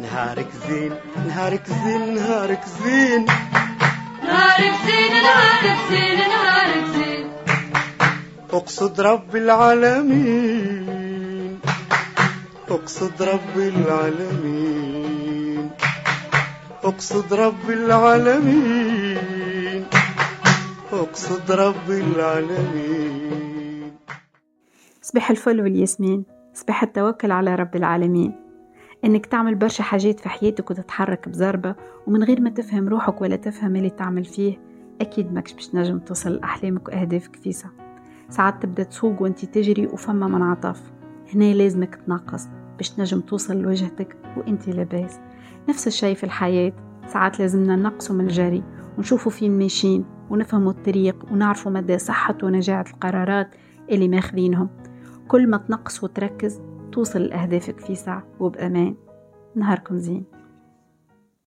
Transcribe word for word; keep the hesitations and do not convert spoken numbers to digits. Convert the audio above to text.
نهارك زين نهارك زين نهارك زين نهارك زين نهارك زين نهارك زين. اقصد رب العالمين اقصد رب العالمين اقصد رب العالمين اقصد رب العالمين. صباح الفل والياسمين، صباح التوكل على رب العالمين. انك تعمل برشا حاجات في حياتك وتتحرك بزربة ومن غير ما تفهم روحك ولا تفهم اللي تعمل فيه، اكيد ماكش باش نجم توصل لأحلامك واهدافك في ساعة. ساعات تبدأ تسوق وانتي تجري وفما منعطف، هنا لازمك تنقص باش تنجم توصل لوجهتك وانتي لاباس. نفس الشيء في الحياة، ساعات لازمنا ننقصوا من الجري ونشوفوا فين ماشيين ونفهموا الطريق ونعرفوا مدى صحة ونجاعة القرارات اللي ماخذينهم. كل ما تنقص وتركز توصل لأهدافك في ساعة وبأمان. نهاركم زين.